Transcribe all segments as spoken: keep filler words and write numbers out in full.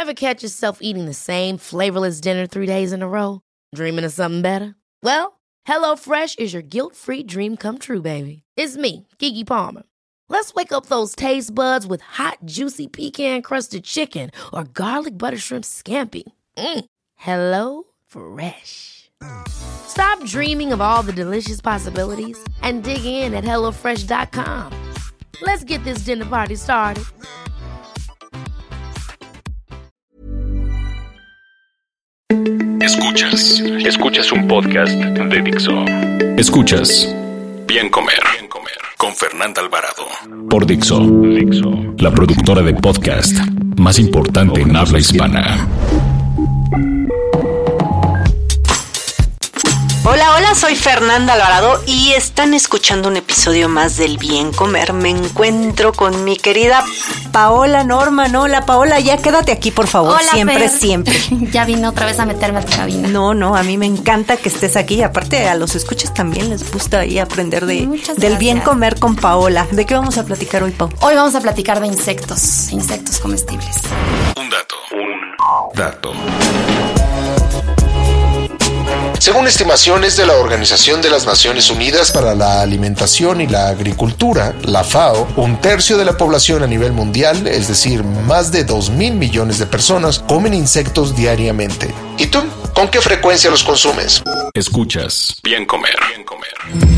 Ever catch yourself eating the same flavorless dinner three days in a row? Dreaming of something better? Well, HelloFresh is your guilt-free dream come true, baby. It's me, Keke Palmer. Let's wake up those taste buds with hot, juicy pecan-crusted chicken or garlic butter shrimp scampi. Mm. Hello Fresh. Stop dreaming of all the delicious possibilities and dig in at hello fresh dot com. Let's get this dinner party started. Escuchas, escuchas un podcast de Dixo. Escuchas Bien Comer, Bien Comer con Fernanda Alvarado por Dixo, Dixo, la productora de podcast más importante en habla hispana. Hola, hola, soy Fernanda Alvarado y están escuchando un episodio más del Bien Comer. Me encuentro con mi querida Paola Norman. Hola, Paola, ya quédate aquí, por favor. Hola, siempre, Fer. siempre. Ya vine otra vez a meterme a tu cabina. No, no, a mí me encanta que estés aquí. Aparte, a los escuchas también les gusta ahí aprender de, del Bien Comer con Paola. ¿De qué vamos a platicar hoy, Pau? Hoy vamos a platicar de insectos, insectos comestibles. Un dato, un dato. Según estimaciones de la Organización de las Naciones Unidas para la Alimentación y la Agricultura, la FAO, un tercio de la población a nivel mundial, es decir, más de dos mil millones de personas, comen insectos diariamente. ¿Y tú? ¿Con qué frecuencia los consumes? Escuchas Bien Comer, Bien Comer.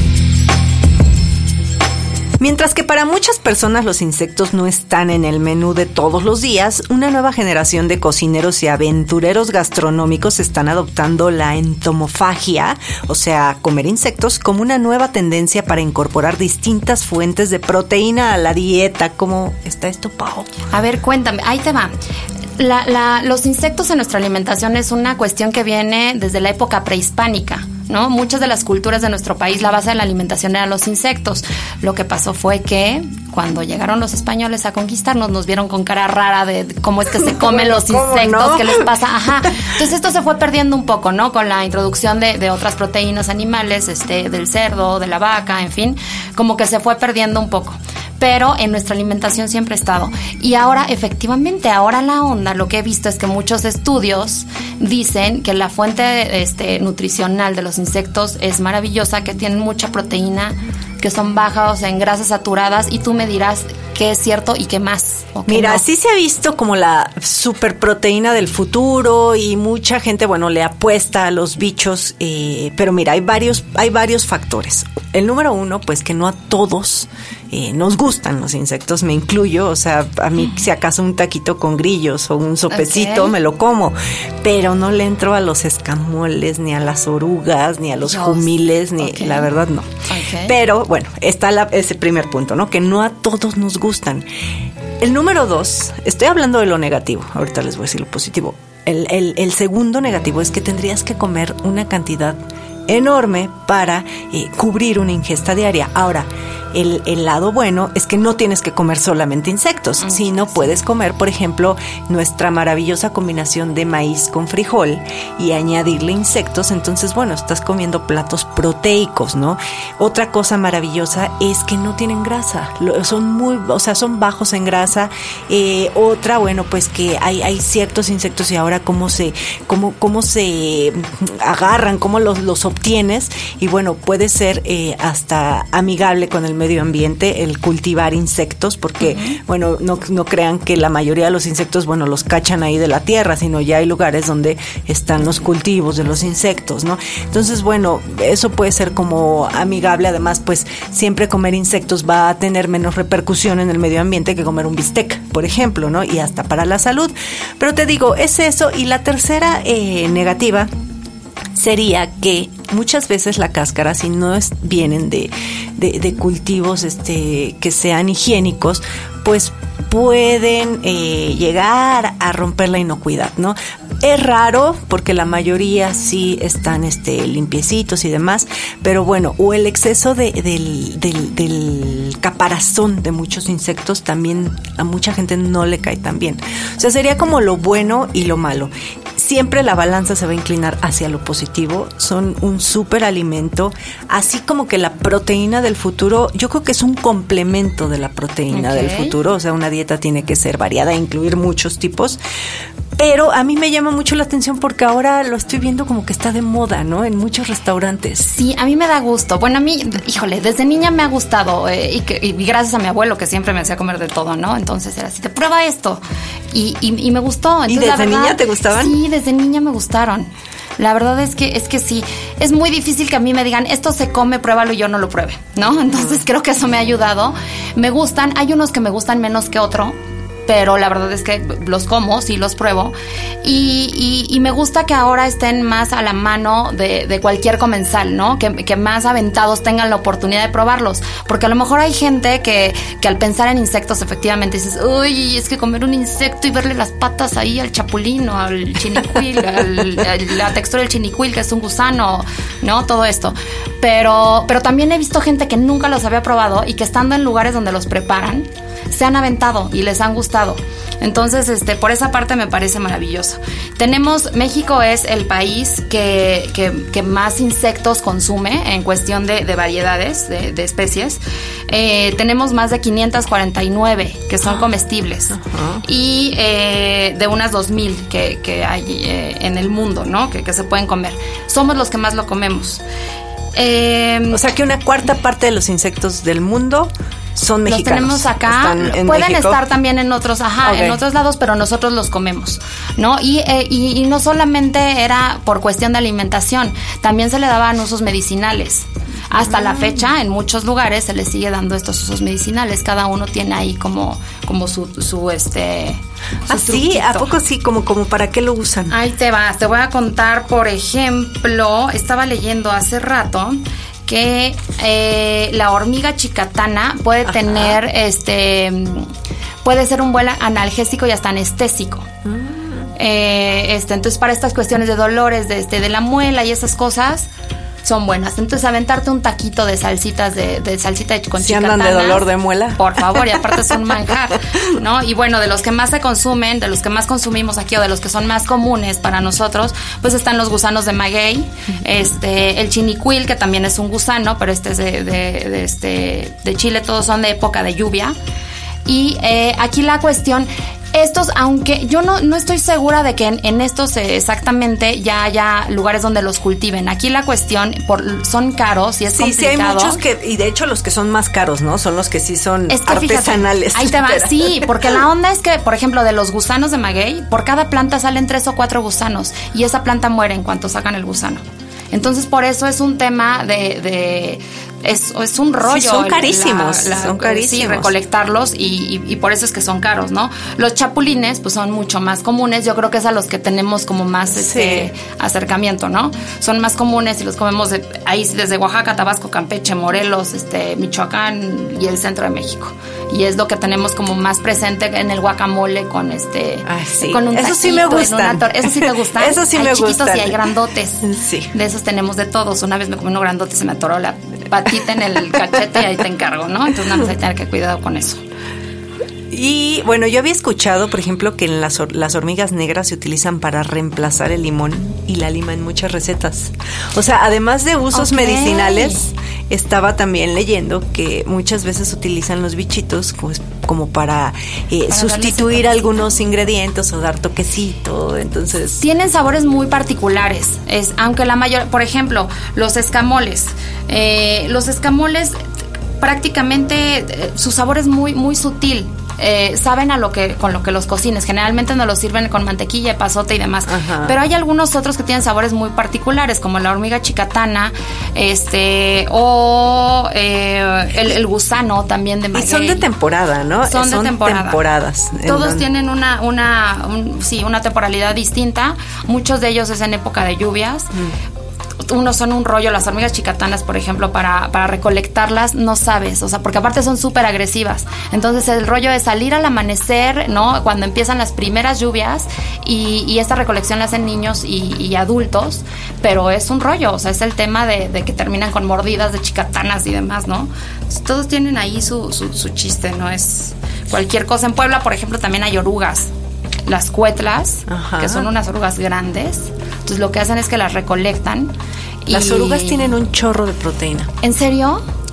Mientras que para muchas personas los insectos no están en el menú de todos los días, una nueva generación de cocineros y aventureros gastronómicos están adoptando la entomofagia, o sea, comer insectos, como una nueva tendencia para incorporar distintas fuentes de proteína a la dieta. ¿Cómo está esto, Pau? A ver, cuéntame, ahí te va. La, la, los insectos en nuestra alimentación es una cuestión que viene desde la época prehispánica, ¿no? Muchas de las culturas de nuestro país, la base de la alimentación eran los insectos. Lo que pasó fue que cuando llegaron los españoles a conquistarnos, nos vieron con cara rara de cómo es que se comen los insectos, ¿no? ¿Qué les pasa? Ajá. Entonces esto se fue perdiendo un poco, ¿no? Con la introducción de, de otras proteínas animales, este, del cerdo, de la vaca, en fin, como que se fue perdiendo un poco. Pero en nuestra alimentación siempre ha estado. Y ahora, efectivamente, ahora la onda, lo que he visto es que muchos estudios dicen que la fuente este, nutricional de los insectos es maravillosa, que tienen mucha proteína, que son bajas en grasas saturadas, y tú me dirás qué es cierto y qué más. Mira, no. sí se ha visto como la superproteína del futuro y mucha gente, bueno, le apuesta a los bichos, eh, pero mira, hay varios, hay varios factores. El número uno, pues que no a todos eh, nos gustan los insectos, me incluyo, o sea, a mí si acaso un taquito con grillos o un sopecito okay. me lo como, pero no le entro a los escamoles, ni a las orugas, ni a los Dios. jumiles, ni okay. la verdad no. Okay. Pero bueno, está la, ese primer punto, ¿no? Que no a todos nos gustan. El número dos, estoy hablando de lo negativo, ahorita les voy a decir lo positivo. El, el, el segundo negativo es que tendrías que comer una cantidad enorme para eh, cubrir una ingesta diaria. Ahora, el, el lado bueno es que no tienes que comer solamente insectos, mm, sino sí. puedes comer, por ejemplo, nuestra maravillosa combinación de maíz con frijol y añadirle insectos. Entonces, bueno, estás comiendo platos proteicos, ¿no? Otra cosa maravillosa es que no tienen grasa, son muy, o sea, son bajos en grasa. Eh, otra, bueno, pues que hay, hay ciertos insectos y ahora cómo se, cómo, cómo se agarran, cómo los, los obtienes, y bueno, puede ser eh, hasta amigable con el medio ambiente el cultivar insectos, porque uh-huh. bueno, no, no crean que la mayoría de los insectos, bueno, los cachan ahí de la tierra, sino ya hay lugares donde están los cultivos de los insectos, ¿no? Entonces, bueno, eso puede ser como amigable. Además, pues siempre comer insectos va a tener menos repercusión en el medio ambiente que comer un bistec, por ejemplo, ¿no? Y hasta para la salud. Pero te digo, es eso. Y la tercera eh, negativa sería que muchas veces la cáscara, si no es, vienen de, de, de cultivos este, que sean higiénicos, pues pueden eh, llegar a romper la inocuidad, ¿no? Es raro porque la mayoría sí están este, limpiecitos y demás, pero bueno, o el exceso de, del, del, del caparazón de muchos insectos también a mucha gente no le cae tan bien. O sea, sería como lo bueno y lo malo. Siempre la balanza se va a inclinar hacia lo positivo. Son un súper alimento, así como que la proteína del futuro, yo creo que es un complemento de la proteína okay. del futuro. O sea, una dieta tiene que ser variada, incluir muchos tipos. Pero a mí me llama mucho la atención porque ahora lo estoy viendo como que está de moda, ¿no? En muchos restaurantes. Sí, a mí me da gusto. Bueno, a mí, híjole, desde niña me ha gustado eh, y, que, y gracias a mi abuelo que siempre me hacía comer de todo, ¿no? Entonces era así, te prueba esto. Y, y, y me gustó. Entonces, ¿Y desde la verdad, niña te gustaban? Sí, desde niña me gustaron. La verdad es que es que sí, es muy difícil que a mí me digan, esto se come, pruébalo y yo no lo pruebe, ¿no? Entonces creo que eso me ha ayudado. Me gustan, hay unos que me gustan menos que otro, pero la verdad es que los como, sí los pruebo. Y, y, y me gusta que ahora estén más a la mano de, de cualquier comensal, ¿no? Que, que más aventados tengan la oportunidad de probarlos. Porque a lo mejor hay gente que, que al pensar en insectos efectivamente dices, uy, es que comer un insecto y verle las patas ahí al chapulín o al chinicuil, al, al, la textura del chinicuil, que es un gusano, ¿no? Todo esto. Pero, pero también he visto gente que nunca los había probado y que estando en lugares donde los preparan, se han aventado y les han gustado. Entonces, este, por esa parte me parece maravilloso. Tenemos, México es el país que, que, que más insectos consume en cuestión de, de variedades, de, de especies. Eh, tenemos más de quinientos cuarenta y nueve que son comestibles. Uh-huh. Y eh, de unas dos mil que, que hay eh, en el mundo, ¿no? Que, que se pueden comer. Somos los que más lo comemos. Eh, o sea que una cuarta parte de los insectos del mundo son mexicanos. Los tenemos acá, pueden México? estar también en otros, ajá, okay. en otros lados, pero nosotros los comemos, ¿no? Y, eh, y, y no solamente era por cuestión de alimentación, también se le daban usos medicinales. Hasta mm. la fecha, en muchos lugares se le sigue dando estos usos medicinales. Cada uno tiene ahí como, como su, su este. Su ¿Ah, sí? ¿A poco sí? ¿Como, como para qué lo usan? Ahí te vas. Te voy a contar, por ejemplo, estaba leyendo hace rato que eh, la hormiga chicatana puede Ajá. tener, este, puede ser un buen analgésico y hasta anestésico. Mm. Eh, este, entonces para estas cuestiones de dolores, de, este, de la muela y esas cosas, son buenas. Entonces aventarte un taquito de salsitas de, de salsita de con si andan de dolor de muela, por favor, y aparte es un manjar, ¿no? Y bueno, de los que más se consumen, de los que más consumimos aquí o de los que son más comunes para nosotros, pues están los gusanos de maguey, este, el chinicuil, que también es un gusano, pero este es de, de, de este de Chile, todos son de época de lluvia. Y eh, aquí la cuestión, estos, aunque yo no, no estoy segura de que en, en estos eh, exactamente ya haya lugares donde los cultiven. Aquí la cuestión, por, son caros y es sí, complicado. Sí, hay muchos que, y de hecho los que son más caros, ¿no? Son los que sí son es que artesanales. Fíjate, ahí te va, sí, porque la onda es que, por ejemplo, de los gusanos de maguey, por cada planta salen tres o cuatro gusanos y esa planta muere en cuanto sacan el gusano. Entonces, por eso es un tema de... de es, es un rollo. Sí, son carísimos. La, la, son carísimos. Sí, recolectarlos y, y, y por eso es que son caros, ¿no? Los chapulines, pues son mucho más comunes. Yo creo que es a los que tenemos como más sí. este acercamiento, ¿no? Son más comunes y los comemos de, ahí desde Oaxaca, Tabasco, Campeche, Morelos, este, Michoacán y el centro de México. Y es lo que tenemos como más presente en el guacamole con este... Ay, sí. Con un eso sí me gustan. Tor- eso sí te gustan. Eso sí hay me chiquitos gustan. Y hay grandotes. Sí. De esos tenemos de todos. Una vez me comí uno grandote y se me atoró la patita en el cachete y ahí te encargo, ¿no? Entonces nada más hay que tener que cuidado con eso. Y bueno, yo había escuchado, por ejemplo, que en las, las hormigas negras se utilizan para reemplazar el limón y la lima en muchas recetas. O sea, además de usos okay. medicinales, estaba también leyendo que muchas veces utilizan los bichitos pues, como para, eh, para sustituir algunos ingredientes o dar toquecito. Entonces tienen sabores muy particulares. Es, aunque la mayor, por ejemplo, los escamoles, eh, los escamoles prácticamente eh, su sabor es muy muy sutil. Eh, saben a lo que con lo que los cocines. Generalmente no los sirven con mantequilla, epazote y demás. Ajá. Pero hay algunos otros que tienen sabores muy particulares, como la hormiga chicatana, este, o eh, el, el gusano también de maguey. Y son de temporada, ¿no? Son, son de temporada. temporadas. Todos en... tienen una, una, un, sí, una temporalidad distinta. Muchos de ellos es en época de lluvias. Mm. Unos son un rollo, las hormigas chicatanas, por ejemplo, para, para recolectarlas, no sabes, o sea, porque aparte son súper agresivas. Entonces el rollo es salir al amanecer, ¿no? Cuando empiezan las primeras lluvias y, y esta recolección la hacen niños y, y adultos, pero es un rollo, o sea, es el tema de, de que terminan con mordidas de chicatanas y demás, ¿no? Entonces, todos tienen ahí su, su, su chiste, no es cualquier cosa. En Puebla, por ejemplo, también hay orugas. Las cuetlas, Ajá. que son unas orugas grandes. Entonces lo que hacen es que las recolectan. Las y... orugas tienen un chorro de proteína. ¿En serio?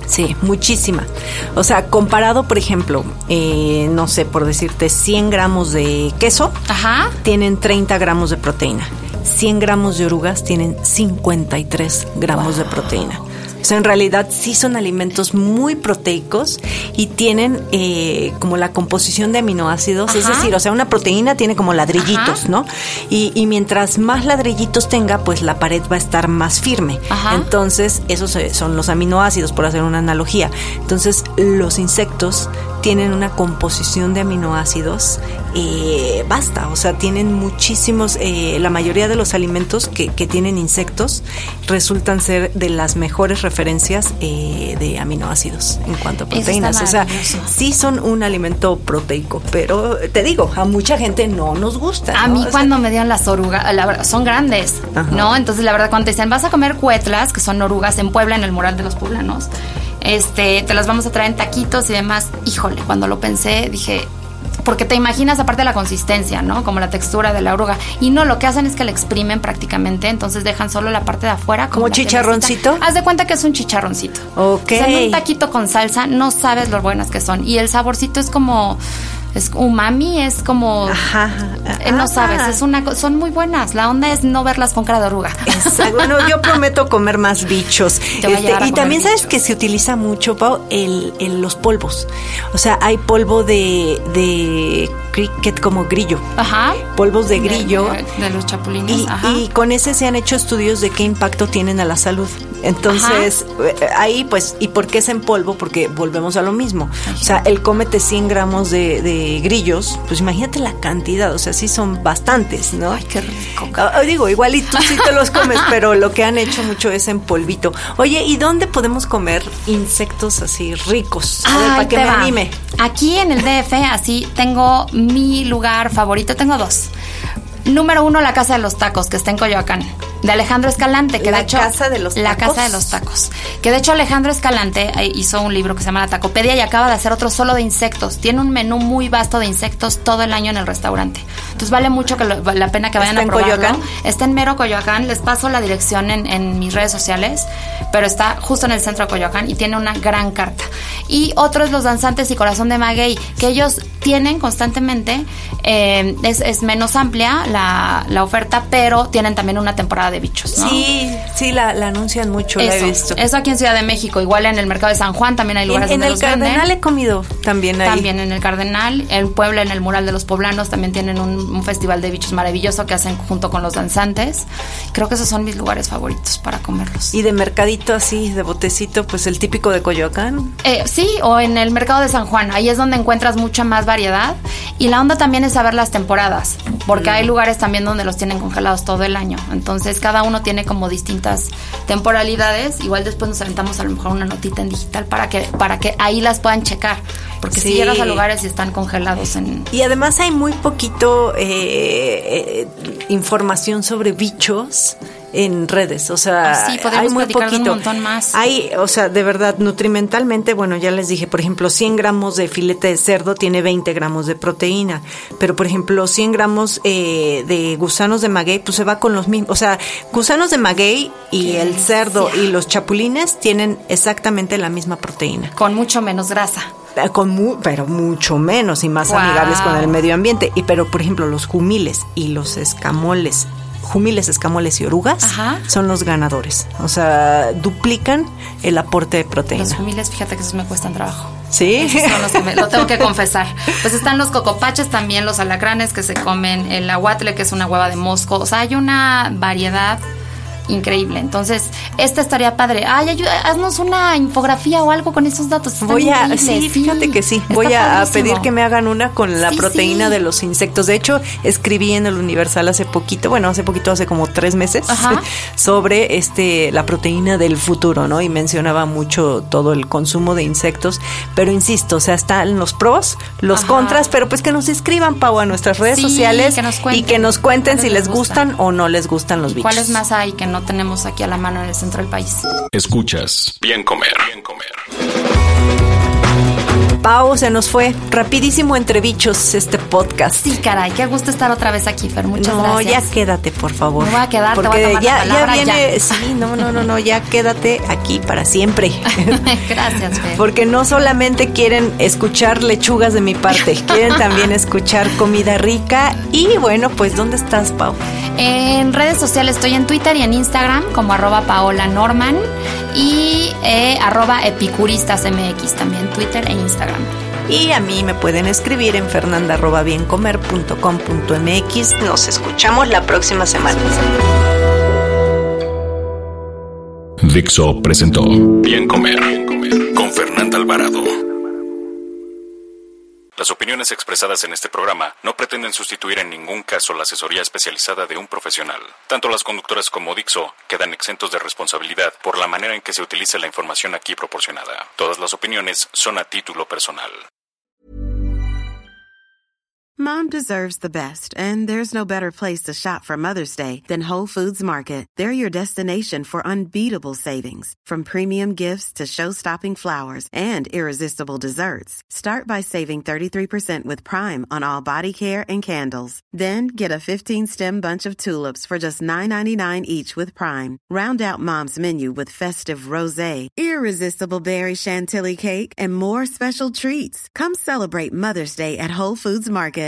Sí, muchísima. O sea, comparado, por ejemplo, eh, no sé, por decirte, cien gramos de queso, Ajá. tienen treinta gramos de proteína. cien gramos de orugas tienen cincuenta y tres gramos wow. de proteína. O sea, en realidad sí son alimentos muy proteicos y tienen eh, como la composición de aminoácidos. Ajá. Es decir, o sea, una proteína tiene como ladrillitos, Ajá. ¿no? Y, y mientras más ladrillitos tenga, pues la pared va a estar más firme. Ajá. Entonces, esos son los aminoácidos, por hacer una analogía. Entonces, los insectos tienen una composición de aminoácidos eh, basta, o sea, tienen muchísimos, eh, la mayoría de los alimentos que, que tienen insectos resultan ser de las mejores referencias eh, de aminoácidos en cuanto a proteínas. O sea, sí son un alimento proteico, pero te digo, a mucha gente no nos gusta. A ¿no? mí o cuando sea, me dieron las orugas, la verdad, son grandes, Ajá. ¿no? Entonces, la verdad, cuando te dicen, vas a comer cuetlas, que son orugas en Puebla, en el mural de los poblanos, este, te las vamos a traer en taquitos y demás. Híjole, cuando lo pensé, dije, porque te imaginas aparte de la consistencia, ¿no? Como la textura de la oruga. Y no, lo que hacen es que la exprimen prácticamente, entonces dejan solo la parte de afuera. ¿Como chicharroncito? Tenecita. Haz de cuenta que es un chicharroncito. Ok. O sea, en un taquito con salsa, no sabes lo buenas que son. Y el saborcito es como... es umami, es como... Ajá, eh, no sabes, es una, son muy buenas. La onda es no verlas con cara de oruga. Exacto. Bueno, yo prometo comer más bichos. Te voy a Este, y también bichos. sabes que se utiliza mucho, Pau, el, el, los polvos. O sea, hay polvo de, de cricket como grillo. Ajá. Polvos de grillo. De, de, de los chapulines. Y, Ajá. y con ese se han hecho estudios de qué impacto tienen a la salud. Entonces, Ajá. ahí pues, ¿y por qué es en polvo? Porque volvemos a lo mismo. Ajá. O sea, el cómete cien gramos de, de grillos, pues imagínate la cantidad, o sea, sí son bastantes, ¿no? Ay, qué rico. Ah, digo, igual y tú sí te los comes, pero lo que han hecho mucho es en polvito. Oye, ¿y dónde podemos comer insectos así ricos? A ver, para que me va. anime. Aquí en el D F, así, tengo mi lugar favorito, tengo dos. Número uno, la Casa de los Tacos, que está en Coyoacán, de Alejandro Escalante, que la de hecho... Casa de los Tacos. La Casa de los Tacos. Que de hecho Alejandro Escalante hizo un libro que se llama La Tacopedia y acaba de hacer otro solo de insectos. Tiene un menú muy vasto de insectos todo el año en el restaurante. Entonces vale mucho que lo, la pena que vayan ¿Está a probarlo. en Coyoacán? Está en mero Coyoacán. Les paso la dirección en, en mis redes sociales, pero está justo en el centro de Coyoacán y tiene una gran carta. Y otro es Los Danzantes y Corazón de Maguey, que ellos tienen constantemente, eh, es, es menos amplia la, la oferta, pero tienen también una temporada de bichos, ¿no? Sí, sí, la, la anuncian mucho, eso, la he visto. Eso aquí en Ciudad de México, igual en el mercado de San Juan también hay lugares en, donde en los el venden. Cardenal he comido también ahí. También en el Cardenal, en Puebla, en el Mural de los Poblanos, también tienen un, un festival de bichos maravilloso que hacen junto con los danzantes. Creo que esos son mis lugares favoritos para comerlos. Y de mercadito así, de botecito, pues el típico de Coyoacán. Eh, sí, o en el mercado de San Juan, ahí es donde encuentras mucha más variedad. Y la onda también es saber las temporadas, porque mm. hay lugares también donde los tienen congelados todo el año. Entonces cada uno tiene como distintas temporalidades. Igual después nos aventamos a lo mejor una notita en digital para que para que ahí las puedan checar, porque sí. si llegas a lugares y están congelados en... Y además hay muy poquito eh, eh, información sobre bichos en redes, o sea, ah, sí, hay muy poquito. Un montón más. Hay, o sea, de verdad, nutrimentalmente, bueno, ya les dije, por ejemplo, cien gramos de filete de cerdo tiene veinte gramos de proteína, pero por ejemplo, cien gramos eh, de gusanos de maguey, pues se va con los mismos, o sea, gusanos de maguey y Qué el delicia. cerdo y los chapulines tienen exactamente la misma proteína. Con mucho menos grasa. Con mu- pero mucho menos y más wow. amigables con el medio ambiente. Y pero, por ejemplo, los jumiles y los escamoles, jumiles, escamoles y orugas Ajá. son los ganadores. O sea, duplican el aporte de proteína. Los jumiles, fíjate que esos me cuestan trabajo. ¿Sí? Son los que me, lo tengo que confesar. Pues están los cocopaches también, los alacranes que se comen, el aguatle, que es una hueva de mosco. O sea, hay una variedad increíble. Entonces, esta estaría padre. Ay, ayuda, haznos una infografía o algo con esos datos. Están Voy a, sí, sí, fíjate que sí. Voy a, a pedir que me hagan una con la sí, proteína sí. de los insectos. De hecho, escribí en el Universal hace poquito, bueno, hace poquito, hace como tres meses, Ajá. sobre este la proteína del futuro, ¿no? Y mencionaba mucho todo el consumo de insectos. Pero insisto, o sea, están los pros, los Ajá. contras, pero pues que nos escriban, Pau, a nuestras redes sí, sociales que nos cuenten, y que nos cuenten si les gustan. gustan o no les gustan los bichos. ¿Cuáles más hay que no tenemos aquí a la mano en el centro del país? Escuchas Bien Comer. Bien Comer. Pau, se nos fue rapidísimo entre bichos este podcast. Sí, caray, qué gusto estar otra vez aquí, Fer. Muchas no, gracias. No, ya quédate, por favor. Me voy a quedar, porque te voy a tomar ya, la palabra, ya viene, ya. sí, no, no, no, no, ya quédate aquí para siempre. Gracias, Fer. Porque no solamente quieren escuchar lechugas de mi parte, quieren también escuchar comida rica. Y bueno, pues, ¿dónde estás, Pau? En redes sociales estoy en Twitter y en Instagram como arroba Paola Norman y eh, arroba epicuristasmx también, Twitter e Instagram. Y a mí me pueden escribir en fernanda arroba biencomer punto com punto mx. Nos escuchamos la próxima semana. Dixo presentó Bien Comer con Fernanda Alvarado. Las opiniones expresadas en este programa no pretenden sustituir en ningún caso la asesoría especializada de un profesional. Tanto las conductoras como Dixo quedan exentos de responsabilidad por la manera en que se utiliza la información aquí proporcionada. Todas las opiniones son a título personal. Mom deserves the best, and there's no better place to shop for Mother's Day than Whole Foods Market. They're your destination for unbeatable savings, from premium gifts to show-stopping flowers and irresistible desserts. Start by saving thirty-three percent with Prime on all body care and candles. Then get a fifteen-stem bunch of tulips for just nine ninety-nine each with Prime. Round out Mom's menu with festive rosé, irresistible berry chantilly cake, and more special treats. Come celebrate Mother's Day at Whole Foods Market.